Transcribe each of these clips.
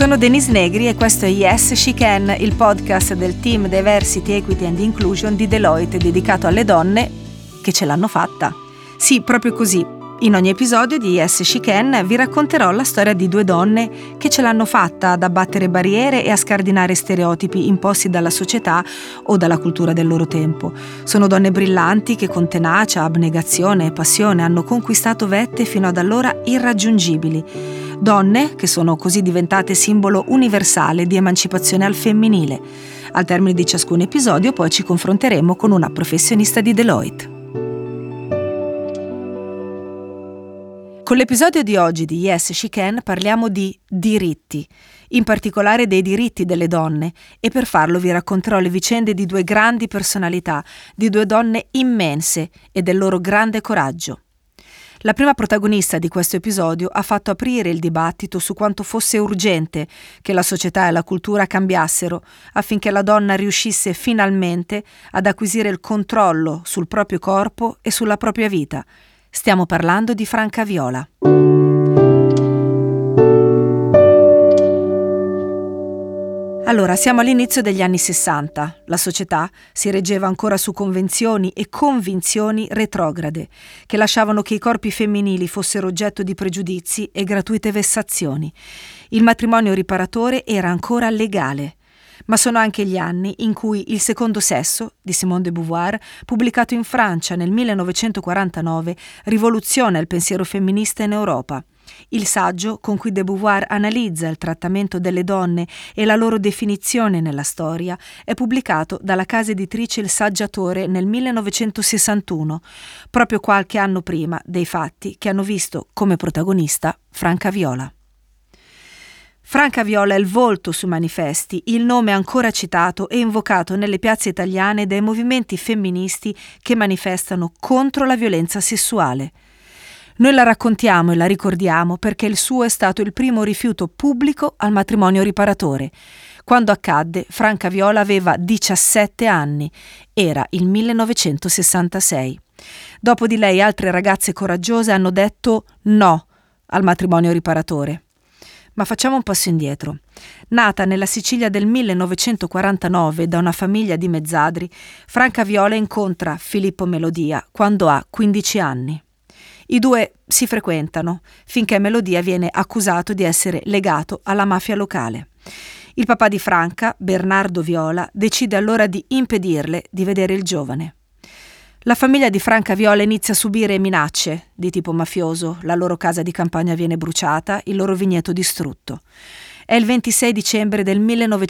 Sono Denise Negri e questo è Yes, She Can, il podcast del team Diversity, Equity and Inclusion di Deloitte dedicato alle donne che ce l'hanno fatta. Sì, proprio così. In ogni episodio di Yes, She Can vi racconterò la storia di due donne che ce l'hanno fatta ad abbattere barriere e a scardinare stereotipi imposti dalla società o dalla cultura del loro tempo. Sono donne brillanti che con tenacia, abnegazione e passione hanno conquistato vette fino ad allora irraggiungibili. Donne che sono così diventate simbolo universale di emancipazione al femminile. Al termine di ciascun episodio poi ci confronteremo con una professionista di Deloitte. Con l'episodio di oggi di Yes, She Can parliamo di diritti, in particolare dei diritti delle donne, e per farlo vi racconterò le vicende di due grandi personalità, di due donne immense e del loro grande coraggio. La prima protagonista di questo episodio ha fatto aprire il dibattito su quanto fosse urgente che la società e la cultura cambiassero affinché la donna riuscisse finalmente ad acquisire il controllo sul proprio corpo e sulla propria vita. Stiamo parlando di Franca Viola. Allora, siamo all'inizio degli anni 60. La società si reggeva ancora su convenzioni e convinzioni retrograde, che lasciavano che i corpi femminili fossero oggetto di pregiudizi e gratuite vessazioni. Il matrimonio riparatore era ancora legale. Ma sono anche gli anni in cui Il secondo sesso, di Simone de Beauvoir, pubblicato in Francia nel 1949, rivoluziona il pensiero femminista in Europa. Il saggio con cui de Beauvoir analizza il trattamento delle donne e la loro definizione nella storia è pubblicato dalla casa editrice Il Saggiatore nel 1961, proprio qualche anno prima dei fatti che hanno visto come protagonista Franca Viola. Franca Viola è il volto sui manifesti, il nome ancora citato e invocato nelle piazze italiane dai movimenti femministi che manifestano contro la violenza sessuale. Noi la raccontiamo e la ricordiamo perché il suo è stato il primo rifiuto pubblico al matrimonio riparatore. Quando accadde, Franca Viola aveva 17 anni. Era il 1966. Dopo di lei altre ragazze coraggiose hanno detto no al matrimonio riparatore. Ma facciamo un passo indietro. Nata nella Sicilia del 1949 da una famiglia di mezzadri, Franca Viola incontra Filippo Melodia quando ha 15 anni. I due si frequentano finché Melodia viene accusato di essere legato alla mafia locale. Il papà di Franca, Bernardo Viola, decide allora di impedirle di vedere il giovane. La famiglia di Franca Viola inizia a subire minacce di tipo mafioso, la loro casa di campagna viene bruciata, il loro vigneto distrutto. È il 26 dicembre del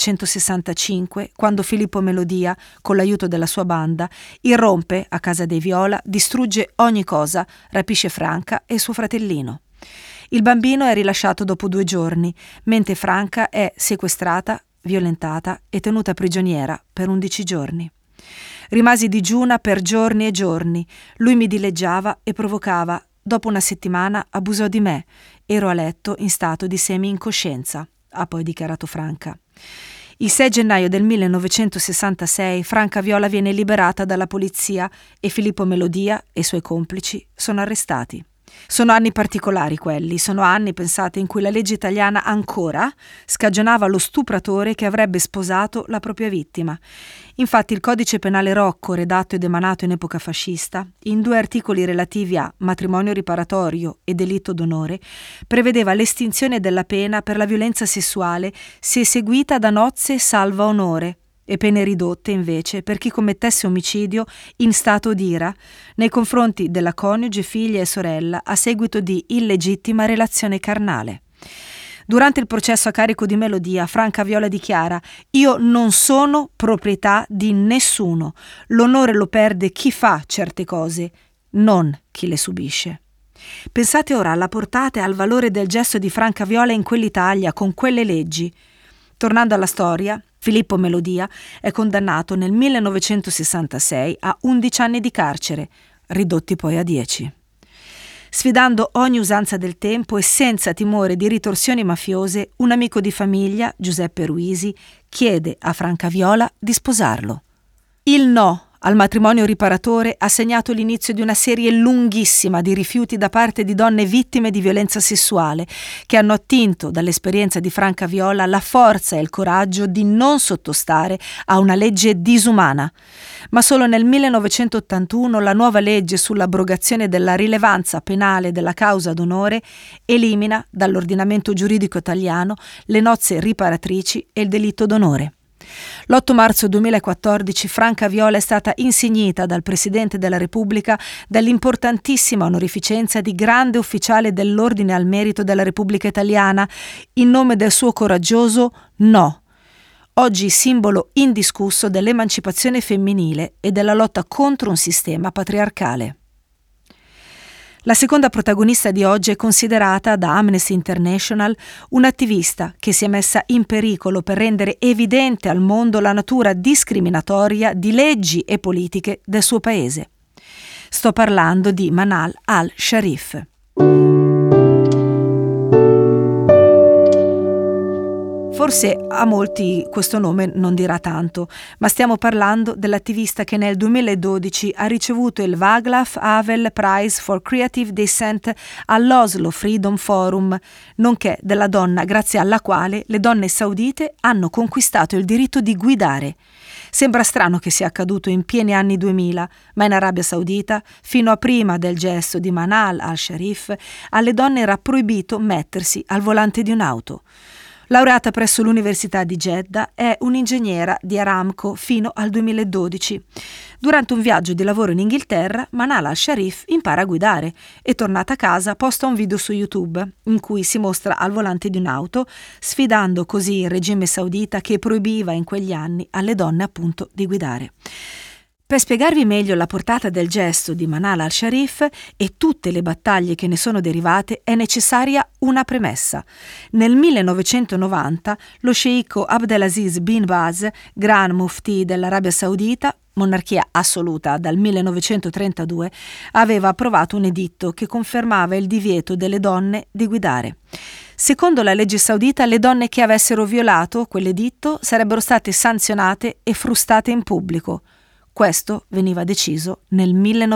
1965 quando Filippo Melodia, con l'aiuto della sua banda, irrompe a casa dei Viola, distrugge ogni cosa, rapisce Franca e suo fratellino. Il bambino è rilasciato dopo 2 giorni, mentre Franca è sequestrata, violentata e tenuta prigioniera per 11 giorni. Rimasi digiuna per giorni e giorni. Lui mi dileggiava e provocava. Dopo una settimana abusò di me. Ero a letto in stato di semi-incoscienza, ha poi dichiarato Franca. Il 6 gennaio del 1966 Franca Viola viene liberata dalla polizia e Filippo Melodia e i suoi complici sono arrestati. Sono anni particolari quelli, sono anni, pensate, in cui la legge italiana ancora scagionava lo stupratore che avrebbe sposato la propria vittima. Infatti il codice penale Rocco, redatto ed emanato in epoca fascista, in 2 articoli relativi a matrimonio riparatorio e delitto d'onore, prevedeva l'estinzione della pena per la violenza sessuale se eseguita da nozze salva onore, e pene ridotte invece per chi commettesse omicidio in stato d'ira nei confronti della coniuge, figlia e sorella a seguito di illegittima relazione carnale. Durante il processo a carico di Melodia, Franca Viola dichiara: «Io non sono proprietà di nessuno. L'onore lo perde chi fa certe cose, non chi le subisce». Pensate ora alla portata e al valore del gesto di Franca Viola in quell'Italia, con quelle leggi. Tornando alla storia, Filippo Melodia è condannato nel 1966 a 11 anni di carcere, ridotti poi a 10. Sfidando ogni usanza del tempo e senza timore di ritorsioni mafiose, un amico di famiglia, Giuseppe Ruisi, chiede a Franca Viola di sposarlo. Il no al matrimonio riparatore ha segnato l'inizio di una serie lunghissima di rifiuti da parte di donne vittime di violenza sessuale, che hanno attinto dall'esperienza di Franca Viola la forza e il coraggio di non sottostare a una legge disumana. Ma solo nel 1981 la nuova legge sull'abrogazione della rilevanza penale della causa d'onore elimina dall'ordinamento giuridico italiano le nozze riparatrici e il delitto d'onore. L'8 marzo 2014 Franca Viola è stata insignita dal Presidente della Repubblica dell'importantissima onorificenza di grande ufficiale dell'Ordine al Merito della Repubblica Italiana in nome del suo coraggioso no. Oggi simbolo indiscusso dell'emancipazione femminile e della lotta contro un sistema patriarcale. La seconda protagonista di oggi è considerata da Amnesty International un'attivista che si è messa in pericolo per rendere evidente al mondo la natura discriminatoria di leggi e politiche del suo paese. Sto parlando di Manal al-Sharif. Forse a molti questo nome non dirà tanto, ma stiamo parlando dell'attivista che nel 2012 ha ricevuto il Václav Havel Prize for Creative Dissent all'Oslo Freedom Forum, nonché della donna grazie alla quale le donne saudite hanno conquistato il diritto di guidare. Sembra strano che sia accaduto in pieni anni 2000, ma in Arabia Saudita, fino a prima del gesto di Manal al-Sharif, alle donne era proibito mettersi al volante di un'auto. Laureata presso l'Università di Jeddah, è un'ingegnera di Aramco fino al 2012. Durante un viaggio di lavoro in Inghilterra, Manal al-Sharif impara a guidare e, tornata a casa, posta un video su YouTube in cui si mostra al volante di un'auto, sfidando così il regime saudita che proibiva in quegli anni alle donne appunto di guidare. Per spiegarvi meglio la portata del gesto di Manal al-Sharif e tutte le battaglie che ne sono derivate è necessaria una premessa. Nel 1990 lo sceicco Abdelaziz bin Baz, Gran Mufti dell'Arabia Saudita, monarchia assoluta dal 1932, aveva approvato un editto che confermava il divieto delle donne di guidare. Secondo la legge saudita, le donne che avessero violato quell'editto sarebbero state sanzionate e frustate in pubblico. Questo veniva deciso nel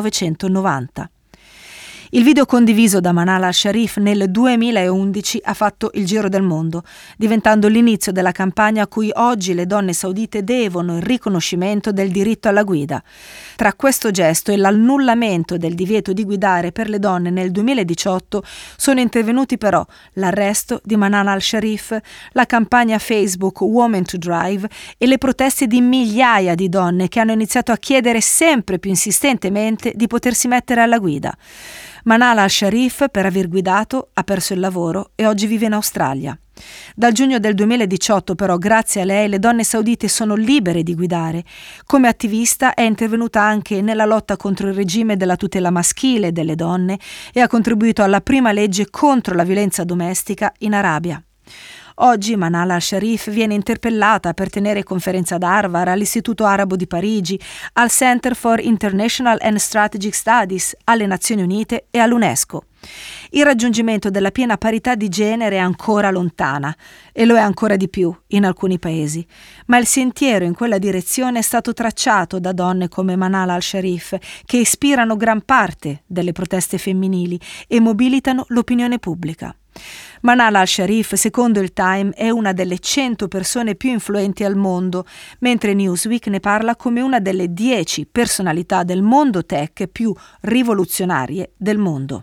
1990. Il video condiviso da Manal al-Sharif nel 2011 ha fatto il giro del mondo, diventando l'inizio della campagna a cui oggi le donne saudite devono il riconoscimento del diritto alla guida. Tra questo gesto e l'annullamento del divieto di guidare per le donne nel 2018 sono intervenuti però l'arresto di Manal al-Sharif, la campagna Facebook Women to Drive e le proteste di migliaia di donne che hanno iniziato a chiedere sempre più insistentemente di potersi mettere alla guida. Manal al-Sharif, per aver guidato, ha perso il lavoro e oggi vive in Australia. Dal giugno del 2018, però, grazie a lei, le donne saudite sono libere di guidare. Come attivista è intervenuta anche nella lotta contro il regime della tutela maschile delle donne e ha contribuito alla prima legge contro la violenza domestica in Arabia. Oggi Manal al-Sharif viene interpellata per tenere conferenza ad Harvard, all'Istituto Arabo di Parigi, al Center for International and Strategic Studies, alle Nazioni Unite e all'UNESCO. Il raggiungimento della piena parità di genere è ancora lontana, e lo è ancora di più in alcuni paesi, ma il sentiero in quella direzione è stato tracciato da donne come Manal al-Sharif, che ispirano gran parte delle proteste femminili e mobilitano l'opinione pubblica. Manal al-Sharif, secondo il Time, è una delle 100 persone più influenti al mondo, mentre Newsweek ne parla come una delle 10 personalità del mondo tech più rivoluzionarie del mondo.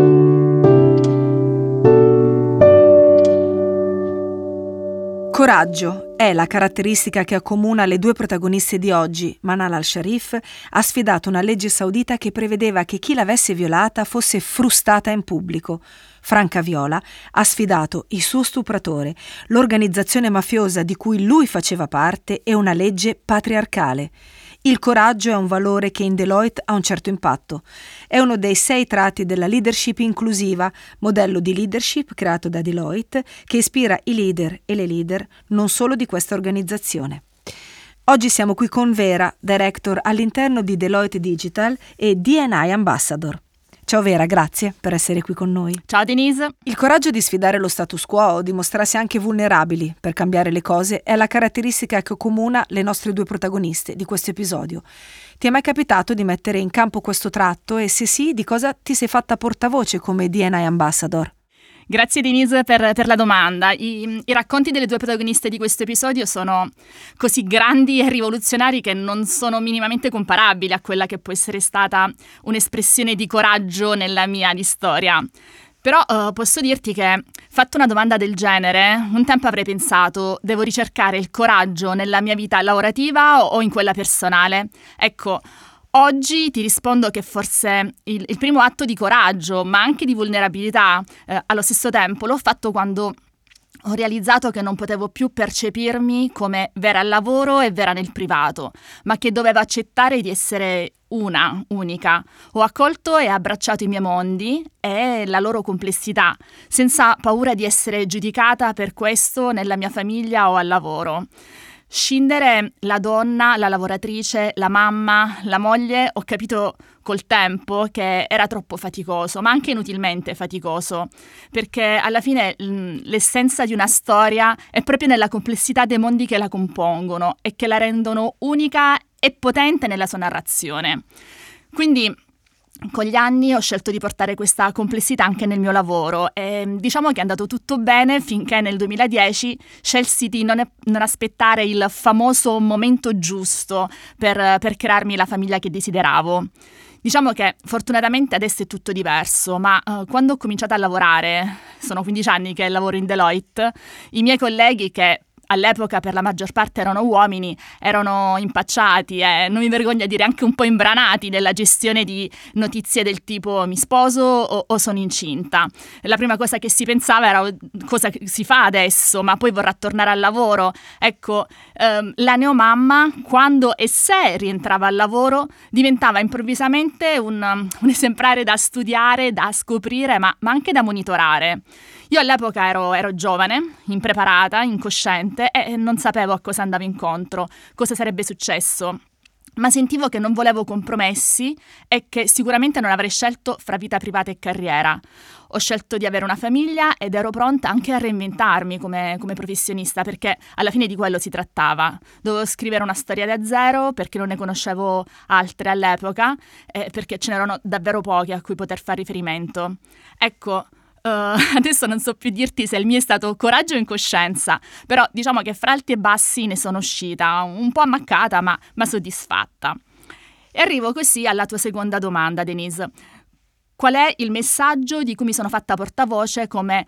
Coraggio è la caratteristica che accomuna le due protagoniste di oggi. Manal al-Sharif ha sfidato una legge saudita che prevedeva che chi l'avesse violata fosse frustata in pubblico. Franca Viola ha sfidato il suo stupratore, l'organizzazione mafiosa di cui lui faceva parte e una legge patriarcale. Il coraggio è un valore che in Deloitte ha un certo impatto. È uno dei 6 tratti della leadership inclusiva, modello di leadership creato da Deloitte, che ispira i leader e le leader non solo di questa organizzazione. Oggi siamo qui con Vera, director all'interno di Deloitte Digital e D&I Ambassador. Ciao Vera, grazie per essere qui con noi. Ciao Denise. Il coraggio di sfidare lo status quo, di mostrarsi anche vulnerabili per cambiare le cose, è la caratteristica che accomuna le nostre due protagoniste di questo episodio. Ti è mai capitato di mettere in campo questo tratto e se sì, di cosa ti sei fatta portavoce come D&I Ambassador? Grazie Denise per la domanda. I racconti delle 2 protagoniste di questo episodio sono così grandi e rivoluzionari che non sono minimamente comparabili a quella che può essere stata un'espressione di coraggio nella mia di storia. Però posso dirti che, fatta una domanda del genere, un tempo avrei pensato: devo ricercare il coraggio nella mia vita lavorativa o in quella personale? Ecco, oggi ti rispondo che forse il primo atto di coraggio, ma anche di vulnerabilità, allo stesso tempo, l'ho fatto quando ho realizzato che non potevo più percepirmi come vera al lavoro e vera nel privato, ma che dovevo accettare di essere unica. Ho accolto e abbracciato i miei mondi e la loro complessità, senza paura di essere giudicata per questo nella mia famiglia o al lavoro. Scindere la donna, la lavoratrice, la mamma, la moglie, ho capito col tempo che era troppo faticoso, ma anche inutilmente faticoso, perché alla fine l'essenza di una storia è proprio nella complessità dei mondi che la compongono e che la rendono unica e potente nella sua narrazione. Quindi con gli anni ho scelto di portare questa complessità anche nel mio lavoro e diciamo che è andato tutto bene finché nel 2010 scelsi di non aspettare il famoso momento giusto per crearmi la famiglia che desideravo. Diciamo che fortunatamente adesso è tutto diverso, ma quando ho cominciato a lavorare, sono 15 anni che lavoro in Deloitte, i miei colleghi, che all'epoca per la maggior parte erano uomini, erano impacciati e non mi vergogno a dire anche un po' imbranati nella gestione di notizie del tipo mi sposo o sono incinta. La prima cosa che si pensava era cosa si fa adesso, ma poi vorrà tornare al lavoro. Ecco, la neomamma, quando e se rientrava al lavoro, diventava improvvisamente un esemplare da studiare, da scoprire, ma anche da monitorare. Io all'epoca ero giovane, impreparata, incosciente e non sapevo a cosa andavo incontro, cosa sarebbe successo. Ma sentivo che non volevo compromessi e che sicuramente non avrei scelto fra vita privata e carriera. Ho scelto di avere una famiglia ed ero pronta anche a reinventarmi come professionista, perché alla fine di quello si trattava. Dovevo scrivere una storia da zero perché non ne conoscevo altre all'epoca e perché ce n'erano davvero poche a cui poter fare riferimento. Ecco, adesso non so più dirti se il mio è stato coraggio o incoscienza, però diciamo che fra alti e bassi ne sono uscita, un po' ammaccata ma soddisfatta. E arrivo così alla tua seconda domanda, Denise. Qual è il messaggio di cui mi sono fatta portavoce come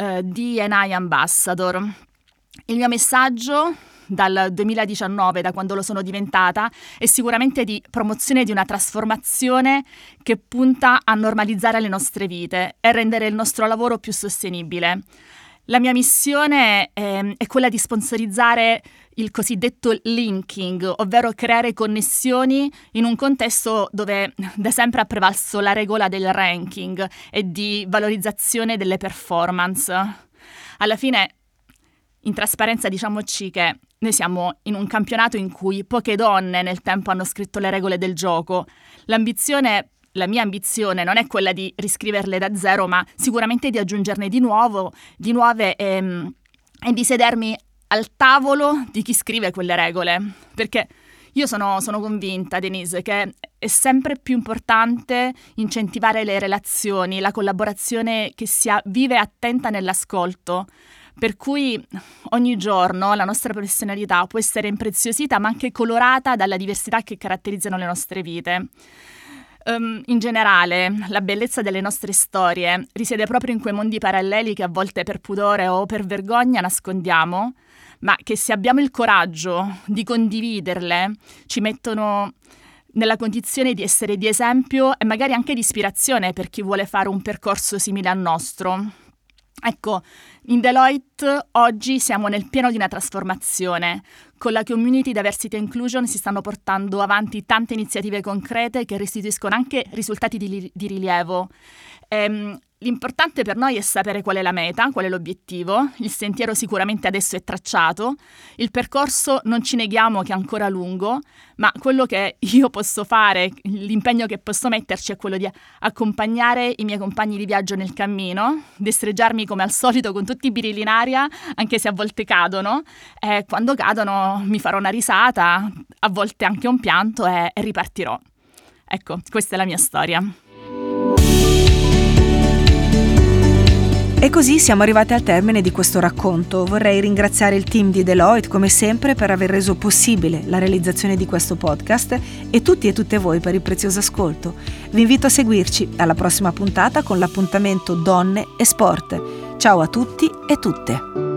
D&I Ambassador? Il mio messaggio dal 2019, da quando lo sono diventata, è sicuramente di promozione di una trasformazione che punta a normalizzare le nostre vite e rendere il nostro lavoro più sostenibile. La mia missione è quella di sponsorizzare il cosiddetto linking, ovvero creare connessioni in un contesto dove da sempre ha prevalso la regola del ranking e di valorizzazione delle performance. Alla fine, in trasparenza, diciamoci che noi siamo in un campionato in cui poche donne nel tempo hanno scritto le regole del gioco. La mia ambizione non è quella di riscriverle da zero, ma sicuramente di aggiungerne di nuove e di sedermi al tavolo di chi scrive quelle regole. Perché io sono convinta, Denise, che è sempre più importante incentivare le relazioni, la collaborazione che sia viva e attenta nell'ascolto. Per cui ogni giorno la nostra professionalità può essere impreziosita ma anche colorata dalla diversità che caratterizzano le nostre vite. In generale, la bellezza delle nostre storie risiede proprio in quei mondi paralleli che a volte per pudore o per vergogna nascondiamo, ma che se abbiamo il coraggio di condividerle ci mettono nella condizione di essere di esempio e magari anche di ispirazione per chi vuole fare un percorso simile al nostro. Ecco, in Deloitte oggi siamo nel pieno di una trasformazione. Con la Community Diversity Inclusion si stanno portando avanti tante iniziative concrete che restituiscono anche risultati di rilievo. L'importante per noi è sapere qual è la meta, qual è l'obiettivo. Il sentiero sicuramente adesso è tracciato, il percorso non ci neghiamo che è ancora lungo, ma quello che io posso fare, l'impegno che posso metterci è quello di accompagnare i miei compagni di viaggio nel cammino, destreggiarmi come al solito con tutti i birilli in aria, anche se a volte cadono, e quando cadono riderò, mi farò una risata, a volte anche un pianto e ripartirò. Ecco, questa è la mia storia. E così siamo arrivati al termine di questo racconto. Vorrei ringraziare il team di Deloitte come sempre per aver reso possibile la realizzazione di questo podcast e tutti e tutte voi per il prezioso ascolto. Vi invito a seguirci alla prossima puntata con l'appuntamento Donne e Sport. Ciao a tutti e tutte!